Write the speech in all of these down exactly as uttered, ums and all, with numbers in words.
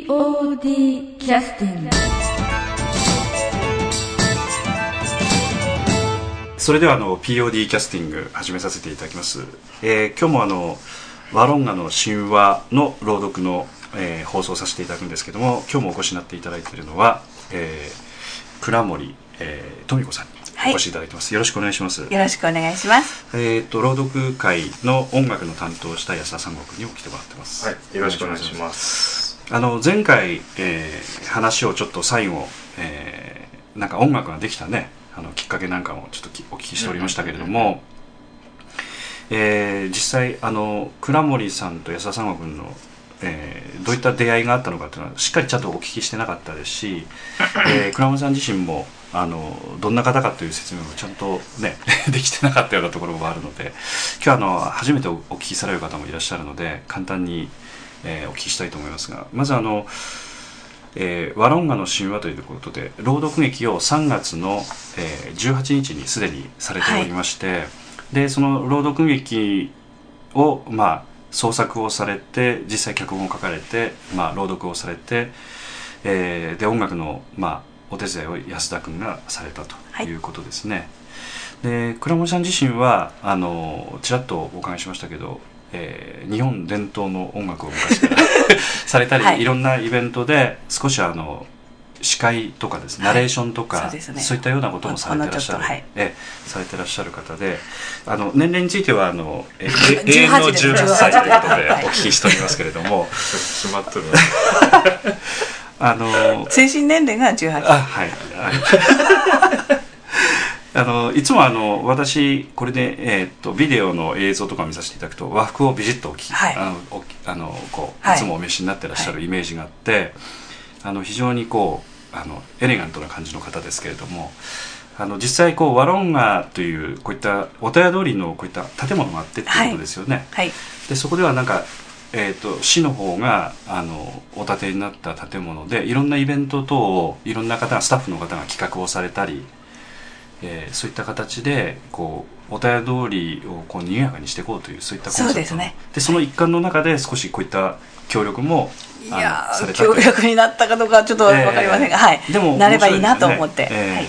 オーディー キャスティング。 それではあの ピーオーディー キャスティング始めさせていただきます。えー、今日もあのワロンガの神話の朗読の、えー、放送させていただくんですけども、今日もお越しになっていただいているのは、えー、倉森、えー、富子さんにお越しいただいてます、はい、よろしくお願いします。 よろしくお願いします。 えーと朗読会の音楽の担当した安田三国にも来てもらってます。 はい、よろしくお願いします。 あの前回、えー、話をちょっと最後、えー、なんか音楽ができたね、あのきっかけなんかもちょっとお聞きしておりましたけれども、うんうんうん、えー、実際あの倉森さんと安田三国の、えー、どういった出会いがあったのかというのはしっかりちゃんとお聞きしてなかったですし、えー、倉森さん自身もあのどんな方かという説明もちゃんとねできてなかったようなところもあるので、今日はあの初めてお聞きされる方もいらっしゃるので簡単に、えー、お聞きしたいと思いますが、まずあの、えー、ワロンガの神話ということで朗読劇をさんがつの、えー、じゅうはちにちにすでにされておりまして、はい、でその朗読劇を、まあ、創作をされて実際脚本を書かれて、まあ、朗読をされて、えー、で音楽の、まあお手伝いを安田君がされたということですね。はい、で倉森さん自身はあのちらっとお伺いしましたけど、えー、日本伝統の音楽を昔からされたり、はい、いろんなイベントで少しあの司会とかですね、ナレーションとか、はい、 そう、ね、そういったようなこともされてらっしゃる、はい、えされてらっしゃる方で、あの年齢についてはあのえ永遠のじゅうはっさいということでお聞きしておりますけれども決まっとるあの精神年齢がじゅうはち。 あ、はい、はい、あのいつもあの私これで、えー、っとビデオの映像とかを見させていただくと和服をビシッとおき、はい、あのあのこういつもお召しになってらっしゃるイメージがあって、はい、あの非常にこうあのエレガントな感じの方ですけれども、あの実際こうワロンガというこういったおたや通りのこういった建物があってっていうことですよね。はいはい、でそこではなんかえー、と市の方があのお建てになった建物でいろんなイベント等をいろんな方がスタッフの方が企画をされたり、えー、そういった形でこうおたや通りをこう賑やかにしていこうというそういったコンセプトそうですね、 でその一環の中で少しこういった協力もいやされた協力になったかどうかはちょっと分かりませんが、えーはい、 でもなればいいなと思って、 えーはい、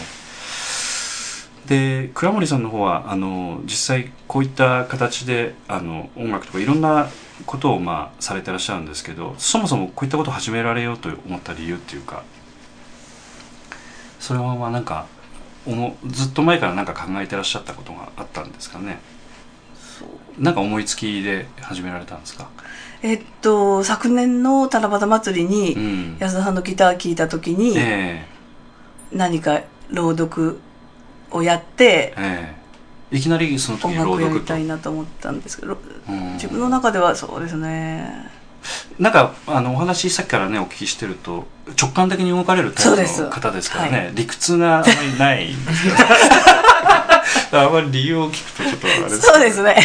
で倉森さんの方はあの実際こういった形であの音楽とかいろんなことをまあされてらっしゃるんですけど、そもそもこういったことを始められようと思った理由っていうか、それはまあなんかおもずっと前からなんか考えてらっしゃったことがあったんですかね。そうなんか思いつきで始められたんですか。 えっと昨年の七夕祭りに安田さんのギター聴いた時に、うんえー、何か朗読をやって、えーいきなりその時朗読と音楽やりたいなと思ったんですけど、自分の中ではそうですね、 なんかあのお話さっきからねお聞きしてると直感的に動かれるタイプの方ですからね、はい、理屈があまりないんですけどあまり理由を聞くとちょっとあれですね。 そうですね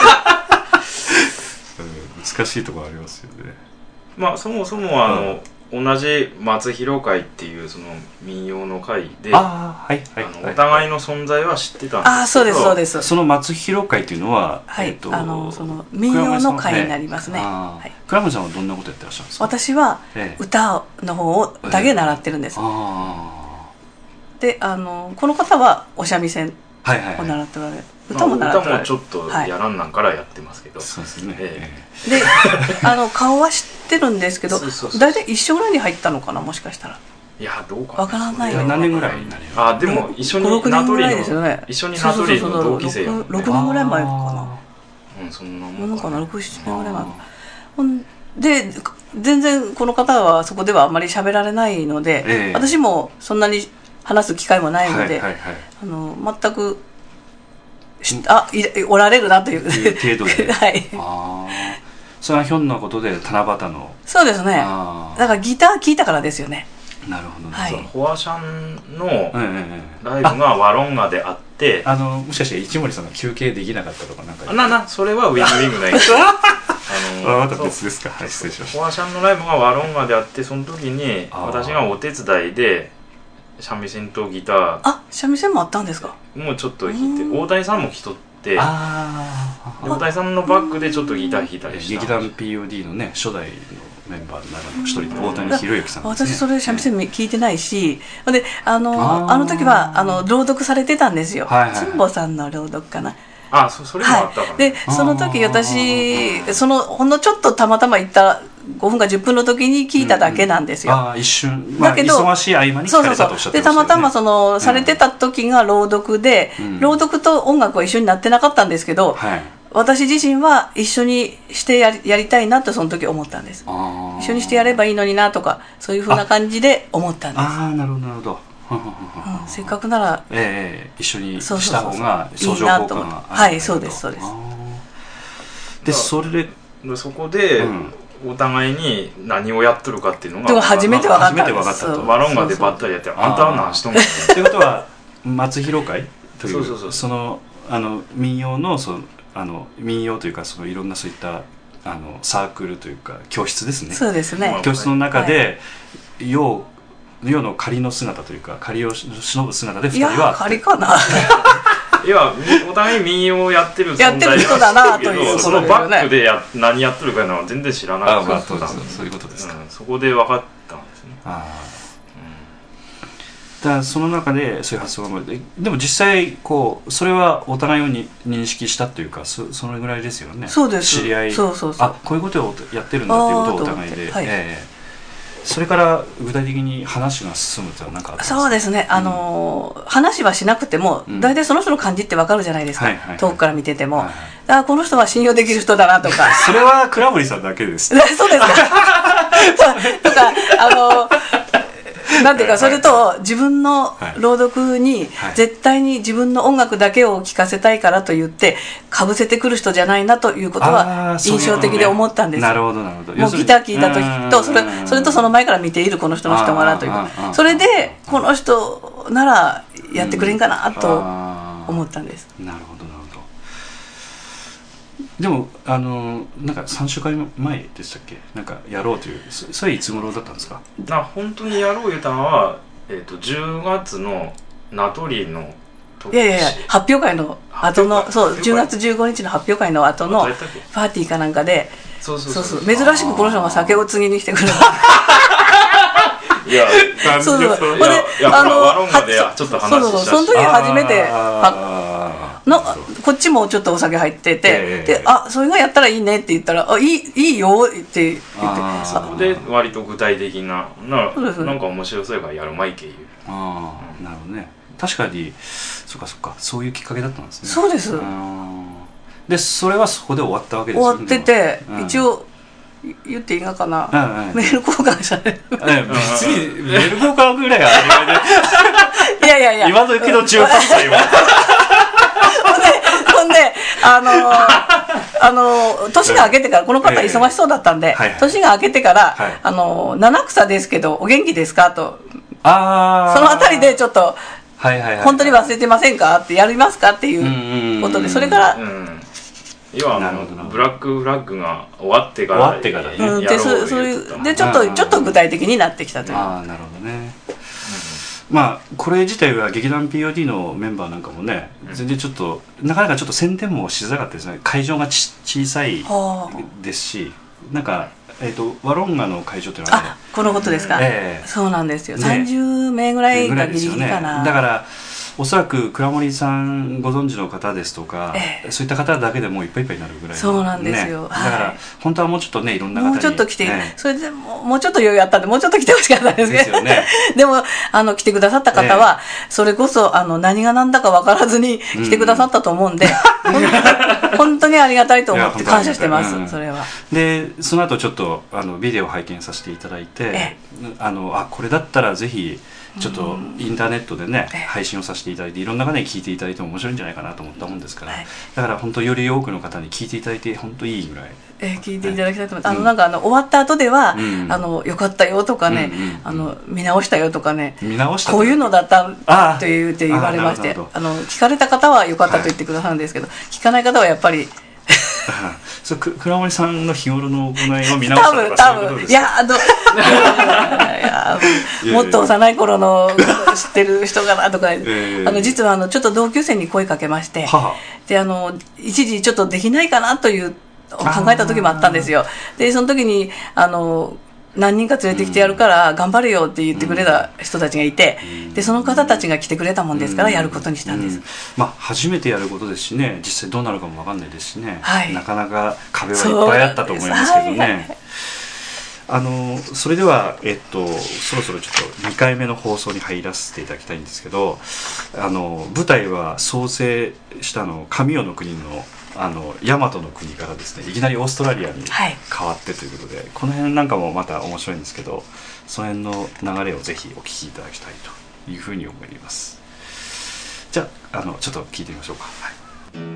難しいところありますよね。 まあそもそもあの、うん、同じ松広会っていうその民謡の会で、あ、はいはいはい、あのお互いの存在は知ってたんですけど、 あ、そうですそうです。 その松広会っていうのは、 はい、 えー、とあのその民謡の会になりますね。 はい、倉森さんはどんなことやってらっしゃるんですか。 私は歌の方をだけ習ってるんです。えー、あであのこの方はお三味線を習っておられる。 歌も習っておられる。歌もちょっとやらんなんからやってますけど、はい、 そうですね。 えー、であの顔は知ってるんですけど、大体一緒ぐらいに入ったのかな、もしかしたら。 いやどうかわからないよ。 何年ぐらいになります。 あでも一緒に名取の、ね、一緒に名取の同期生やもんね。 ろくねんぐらい前かな。 うん、そんなもんかな。 ろく、ななねんぐらい前。ほんで全然この方はそこではあんまり喋られないので、えー、私もそんなに話す機会もないので、はいはいはい、あの全くあいおられるなという程度で、 はい、 あそれはひょんなことで七夕の。 そうですね。だからギター聴いたからですよね。 なるほどね。 はい、フォアシャンのライブがワロンガであって、 あのもしかして市森さんが休憩できなかったとかなんか。 ななそれはウィングウィングないけどあのあまた別ですか。はい、失礼しました。 フォアシャンのライブがワロンガであって、その時に私がお手伝いで三味線とギター、 あ三味線もあったんですか。 もうちょっと弾いて、大谷さんも弾いとって、あ大谷さんのバックでちょっとギター弾いたりした。 劇団 ピーオーディー のね初代のメンバーの中の一人で大谷博之さんですね。 私それ三味線聞いてないし、であの あ, あの時はあの朗読されてたんですよ。陳保さんの朗読かな。 あ、そ, それもあったかな、 はい、でその時私そのほんのちょっとたまたま行ったごふんかじゅっぷんの時に聞いただけなんですよ。 うんうん、あ一瞬、まあ、だけど忙しい合間に聞かれたとおっしゃってましたよね。 でたまたまそのされてた時が朗読で、うん、朗読と音楽は一緒になってなかったんですけど、はい、私自身は一緒にしてや り, やりたいなとその時思ったんです。一緒にしてやればいいのになとかそういうふうな感じで思ったんです。 ああなるほどなるほど。 うん、せっかくなら、 えー、一緒にした方が相乗効果がある。はい、そうですそうです。 でそれでそこで、うんお互いに何をやっとるかっていうのがでも初めて分かったと。 ワロンガでばったりやってあんたは何しとんのってことは松広会というそうそうそうそのあの民謡のそのあの民謡というかそのいろんなそういったあのサークルというか教室ですね。 そうですね。 教室の中で、はい、世世の仮の姿というか仮を忍ぶ姿でふたりは。 いや仮かな。 いやお互い民謡をやってる存在やってる人だなというそのバックでや何やってるかいうのは全然知らなかったんです。 あ、そういうことですか、 うん、そこで分かったんですね。あ、 うん、だからその中でそういう発想が生まれてでも実際こうそれはお互いをに認識したというか そ, そのぐらいですよね。 そうです。 知り合いそうそうそう、 あこういうことをやってるんだっていうことをお互いで、はいえーそれから具体的に話が進むってのは何かあったんですか？ そうですね、あのーうん、話はしなくても、うん、大体その人の感じって分かるじゃないですか、はいはいはい、遠くから見てても、はいはい、あこの人は信用できる人だなとかそれは倉森さんだけですそうですかとかあのーなんていうかそれと自分の朗読に絶対に自分の音楽だけを聴かせたいからと言ってかぶせてくる人じゃないなということは印象的で思ったんです。 なるほどなるほど。 もうギター聴いた時とそれそれとその前から見ているこの人の人柄というかそれでこの人ならやってくれんかなと思ったんです。 なるほどなるほど。でもあのなんかさんしゅうかんまえでしたっけなんかやろうというそれいつ頃だったんですか？ あ本当にやろう言ったのは、えー、とじゅうがつの名取の時いやいやいや発表会の後のそうじゅうがつじゅうごにちの発表会の後のパーティーかなんかでそうそうそう珍しくこの人が酒を継ぎに来てくれたいやそうそうそういやいやワロンガでちょっと話したしその時初めてのこっちもちょっとお酒入ってて、えー、であそれがやったらいいねって言ったらあいいいいよって言ってそこで割と具体的な な, なんか面白そうやからやるまいけいうああ、うん、なるほどね。確かにそっかそっかそういうきっかけだったんですね。 そうです。 でそれはそこで終わったわけですよね。終わってて、うん、一応言っていいのかな、うんうん、メール交換される、 うん、別にメール交換ぐらいはあれいやいやいや今時のじゅうはっさいはほんであのあの年が明けてからこの方忙しそうだったんで、はいはい、年が明けてから、はい、あの七草ですけどお元気ですかとあそのあたりでちょっと、はいはいはい、本当に忘れてませんかってやりますかっていうことでそれから、うん要はあのブラックフラッグが終わってから終わってからね、 うん、でそそういうでちょっとちょっと具体的になってきたという。 ああなるほどね、うん、まあこれ自体は劇団 ピーオーディー のメンバーなんかもね、うん、全然ちょっとなかなかちょっと宣伝もしづらかったですね。会場がち小さいですしなんか、えー、とワロンガの会場っていうのはねあこのことですか、えー、そうなんですよ、ね、さんじゅうめいぐらいがギリギリかな、 ね、だからおそらく倉森さんご存知の方ですとか、ええ、そういった方だけでもういっぱいいっぱいになるぐらいの、ね、 そうなんですよ、 だから、はい、本当はもうちょっとねいろんな方にもうちょっと来て、ね、それでももうちょっと余裕あったんでもうちょっと来てほしかったんですけどですよ、ね、でもあの来てくださった方は、え、それこそあの何が何だか分からずに来てくださったと思うんで、うん、本, 当本当にありがたいと思って感謝してます、うん、それは。 でその後ちょっとあのビデオを拝見させていただいて、あのあこれだったらぜひちょっとインターネットでね配信をさせていただいていろんな方に聞いていただいても面白いんじゃないかなと思ったもんですから、はい、だから本当より多くの方に聞いていただいて本当いいぐらい、 えー、聞いていただきたいと思います、はい、あのなんかあの終わった後では、うん、あのよかったよとかね、うんうんうん、あの見直したよとかね見直したこういうのだったというって言われまして あ, あの聞かれた方はよかったと言ってくださるんですけど、はい、聞かない方はやっぱりそう倉森さんの日頃の行いを見直したとかそういうことですか？ いやどいやもっと幼い頃の知ってる人かなとか、えー、あの実はあのちょっと同級生に声かけまして、ははであの一時ちょっとできないかなというを考えた時もあったんですよ。でその時にあの何人か連れてきてやるから頑張るよって言ってくれた人たちがいて、でその方たちが来てくれたもんですからやることにしたんです。 まあ初めてやることですしね、実際どうなるかも分かんないですしね、 はい、 なかなか壁はいっぱいあったと思いますけどね。はいはい、あのそれでは、えっと、そろそろちょっとにかいめの放送に入らせていただきたいんですけど、あの舞台は創生したの神代の国のあの大和の国からですね、いきなりオーストラリアに変わってということで、はい、この辺なんかもまた面白いんですけど、その辺の流れをぜひお聞きいただきたいというふうに思います。じゃあ、あのちょっと聞いてみましょうか。はい。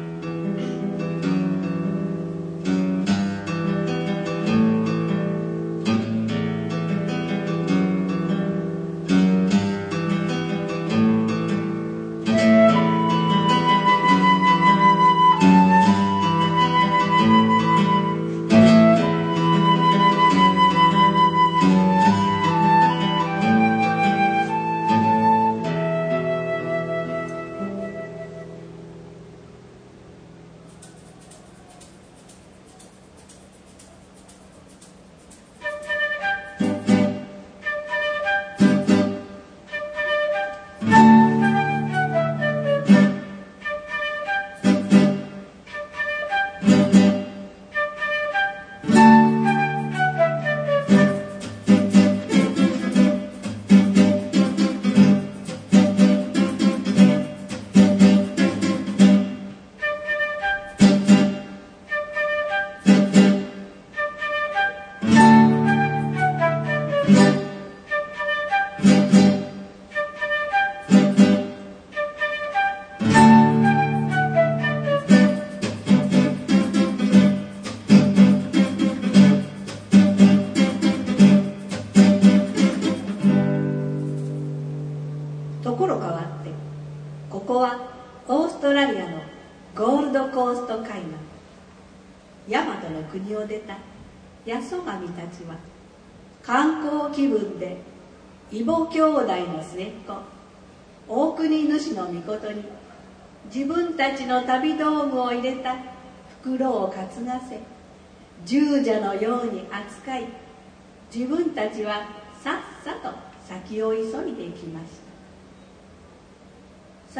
国を出た八十神たちは観光気分で異母兄弟の末っ子大国主の御事に自分たちの旅道具を入れた袋を担がせ従者のように扱い、自分たちはさっさと先を急いでいきました。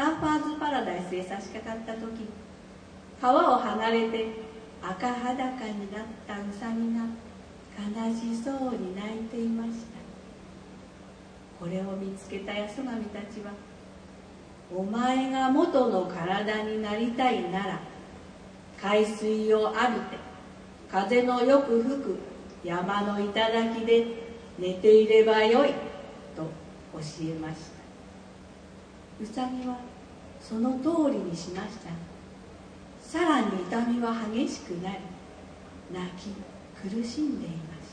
サーファーズパラダイスへ差し掛かった時、川を離れて赤裸になったウサギが悲しそうに泣いていました。これを見つけた八十神たちは、お前が元の体になりたいなら海水を浴びて風のよく吹く山の頂で寝ていればよいと教えました。ウサギはその通りにしました。さらに痛みは激しくなり、泣き苦しんでいました。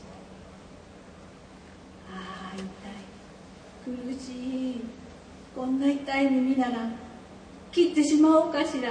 ああ、痛い、苦しい、こんな痛い耳なら切ってしまおうかしら。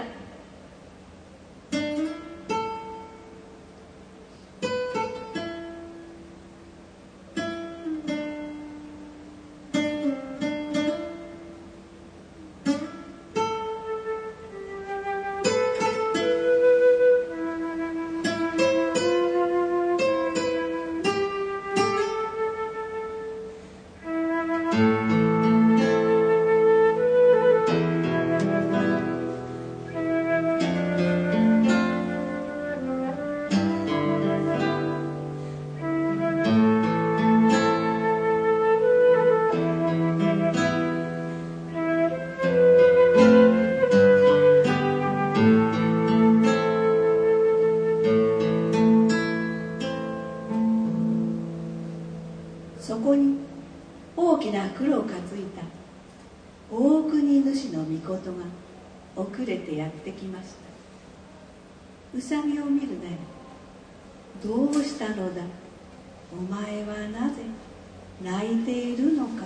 ウサギを見るなり、どうしたのだ、お前はなぜ泣いているのかと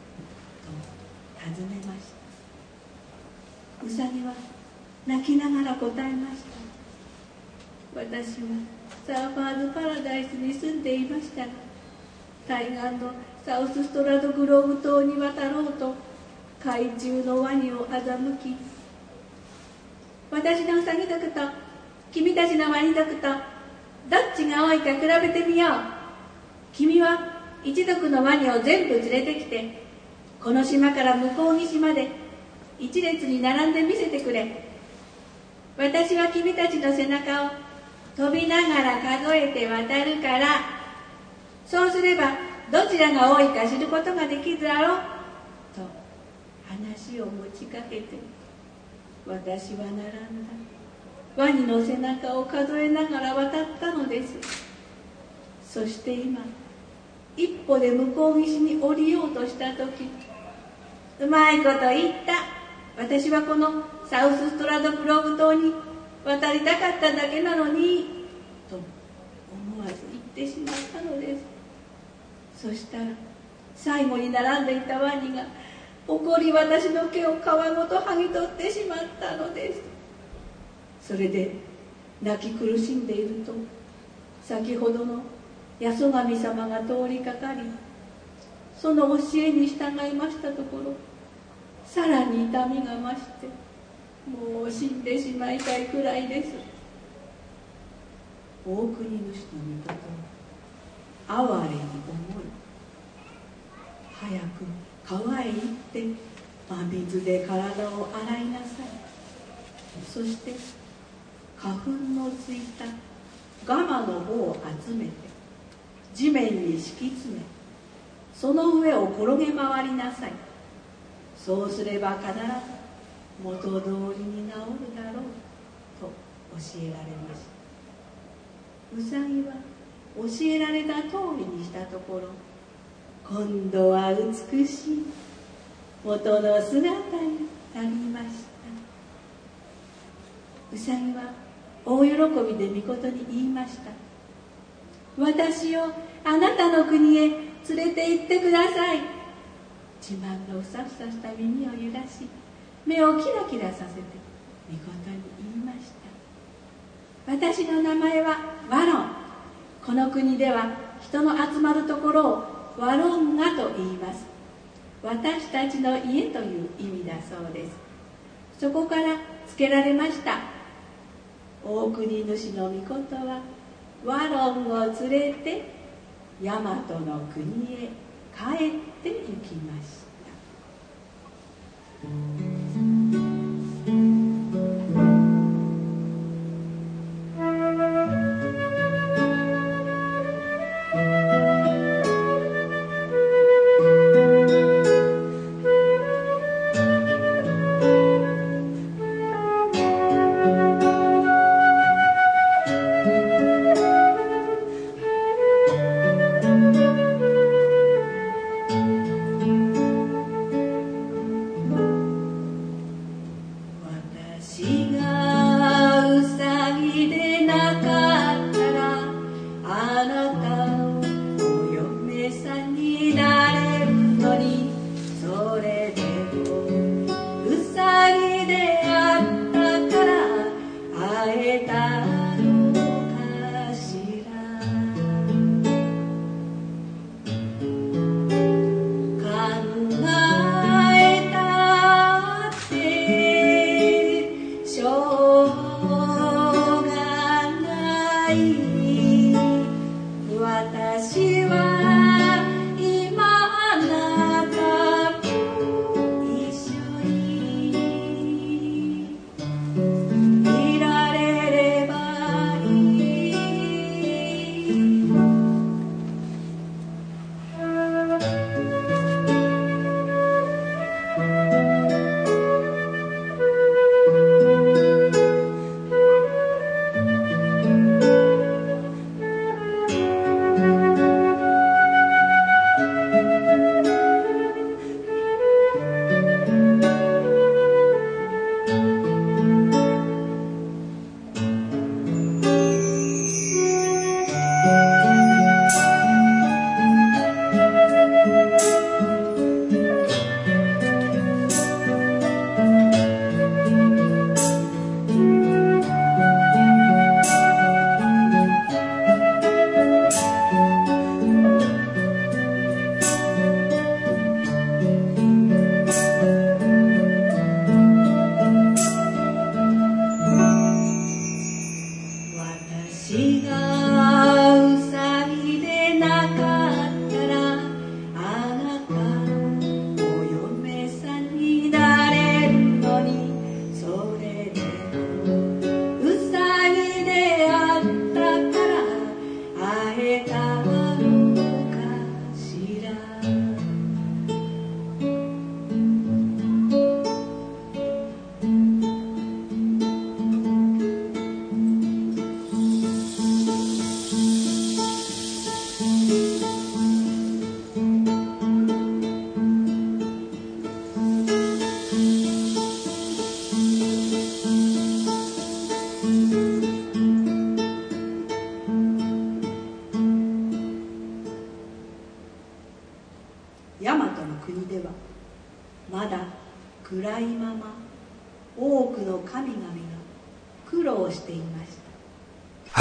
尋ねました。ウサギは泣きながら答えました。私はサーファーズパラダイスに住んでいましたが、対岸のサウスストラドグローブ島に渡ろうと海中のワニを欺き、私のウサギ族と君たちのワニ族とどっちが多いか比べてみよう。君は一族のワニを全部連れてきて、この島から向こう岸まで一列に並んで見せてくれ。私は君たちの背中を飛びながら数えて渡るから、そうすればどちらが多いか知ることができるだろうと話を持ちかけて、私は並んだワニの背中を数えながら渡ったのです。そして今一歩で向こう岸に降りようとした時、うまいこと言った、私はこのサウスストラドグローブ島に渡りたかっただけなのにと思わず言ってしまったのです。そしたら最後に並んでいたワニが怒り私の毛を皮ごと剥ぎ取ってしまったのです。それで泣き苦しんでいると、先ほどの八十神様が通りかかり、その教えに従いましたところ、さらに痛みが増して、もう死んでしまいたいくらいです。大国主の御事を哀れに思い、早く川へ行って真水で体を洗いなさい。そして花粉のついたガマの穂を集めて地面に敷き詰め、その上を転げ回りなさい。そうすれば必ず元通りに治るだろうと教えられました。ウサギは教えられた通りにしたところ、今度は美しい元の姿になりました。ウサギは大喜びで御事に言いました。私をあなたの国へ連れて行ってください。自慢のふさふさした耳を揺らし、目をキラキラさせて御事に言いました。私の名前はワロン。この国では人の集まるところをワロンガと言います。私たちの家という意味だそうです。そこから付けられました。大国主の御事はワロンを連れて大和の国へ帰って行きました。 大和の国ではまだ暗いまま多くの神々が苦労していました。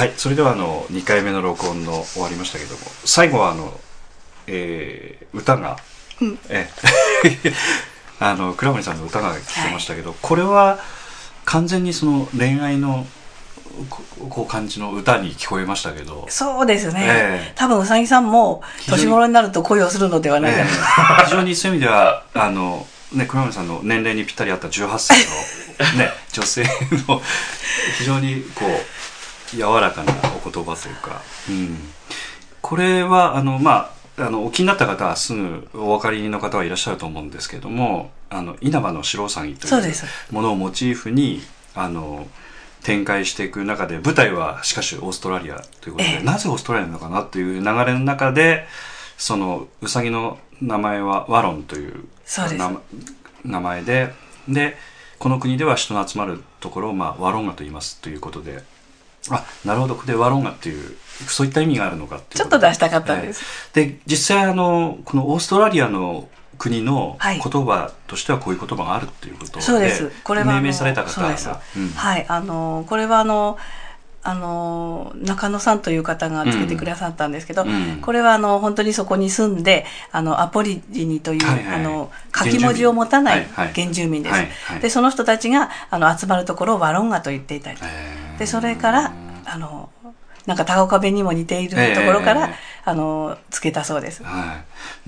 はい、それではあのにかいめの録音の終わりましたけども、最後はあの、えー、歌が、うん、えあの倉森さんの歌が聞けましたけど、はい、これは完全にその恋愛のこう感じの歌に聞こえましたけど。そうですね、えー、多分うさぎさんも年頃になると恋をするのではないかな、えー、非常にそういう意味ではあの、ね、倉森さんの年齢にぴったり合ったじゅうはっさいの、ね、女性の非常にこう柔らかなお言葉というか、うん、これはあの、まあ、あのお気になった方はすぐお分かりの方はいらっしゃると思うんですけども、あの稲葉の白うさぎというものをモチーフにあの展開していく中で、舞台はしかしオーストラリアということで、ええ、なぜオーストラリアなのかなという流れの中で、そのウサギの名前はワロンという名前で、でこの国では人の集まるところを、まあ、ワロンガと言いますということで、あ、なるほど、でワロンガっていうそういった意味があるのかっていうちょっと出したかったんです、えー、で実際あのこのオーストラリアの国の言葉としてはこういう言葉があるっていうことで、はい、そうです。これは命名された方が、うん、はい、あのこれはあのあの中野さんという方がつけてくださったんですけど、うん、これはあの本当にそこに住んであのアポリジニという、はいはい、あの書き文字を持たない原住民です、はいはい、でその人たちがあの集まるところをワロンガと言っていたり、でそれからあのなんか高岡弁にも似ているところから、えー、あのつけたそうです、はい、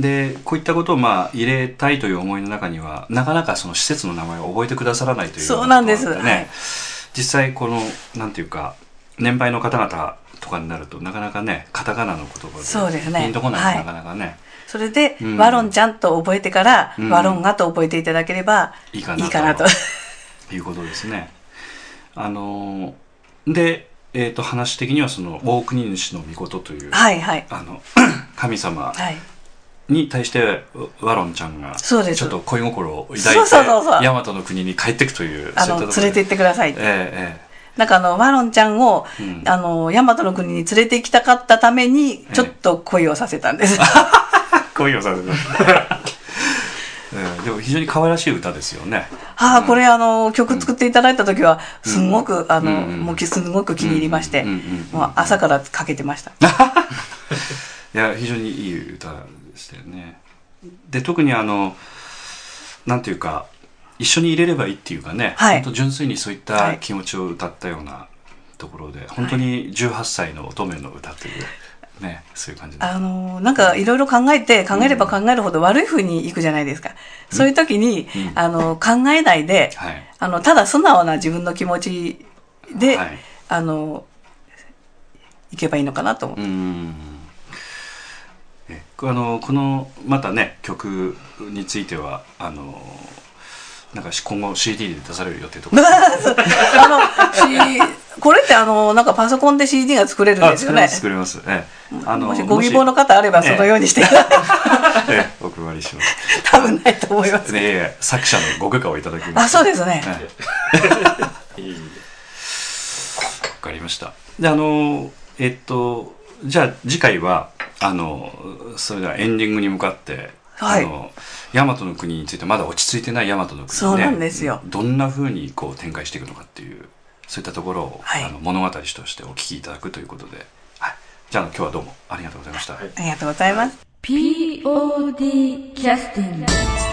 でこういったことをまあ入れたいという思いの中にはなかなかその施設の名前を覚えてくださらないという、そうなんです、ね、はい、実際このなんていうか年配の方々とかになるとなかなかねカタカナの言葉でそうですね、ピンとこない、はい、なかなかね、それで、うん、ワロンちゃんと覚えてから、うん、ワロンガと覚えていただければいいかな と, いいかなということですね。あのでえー、と話的にはその大国主の御事という、はいはい、あの神様に対してワロンちゃんがちょっと恋心を抱いて大和の国に帰っていくという、あの連れて行ってくださいって、えーえー、なんかあのワロンちゃんを、うん、あの大和の国に連れて行きたかったためにちょっと恋をさせたんです、えー、恋をさせたえー、でも非常に可愛らしい歌ですよね。はあ、うん、これあの曲作っていただいた時はすごく、うん、あの、うん、もうすごく気に入りまして、もう朝からかけてましたいや非常にいい歌でしたよね。で特にあのなんていうか一緒に入れればいいっていうかね、はい、本当純粋にそういった気持ちを歌ったようなところで、はい、本当にじゅうはっさいの乙女の歌というね、そういう感じで、あのー、なんかいろいろ考えて考えれば考えるほど悪い風にいくじゃないですか、うん、そういう時に、うん、あの考えないで、はい、あのただ素直な自分の気持ちで、はい、あのいけばいいのかなと思って、うん、えあのこのまたね曲についてはあのなんか今後 シーディー で出される予定とかあの、C、これってあのなんかパソコンで シーディー が作れるんですよね。作れます作れます、ええ、あのもしご希望の方あればそのようにしてください、ええ、お配りします。多分ないと思います、ね、作者のご許可をいただきます。あ、そうですね、ええ、わかりました。であのえっとじゃあ次回はあのそれではエンディングに向かってはい、あの大和の国についてまだ落ち着いてない大和の国で、そうなんですよ、どんなふうにこう展開していくのかっていうそういったところを、はい、あの物語としてお聞きいただくということで、はい、じゃあ今日はどうもありがとうございました、はい、ありがとうございます。 ピーオーディー キャスティング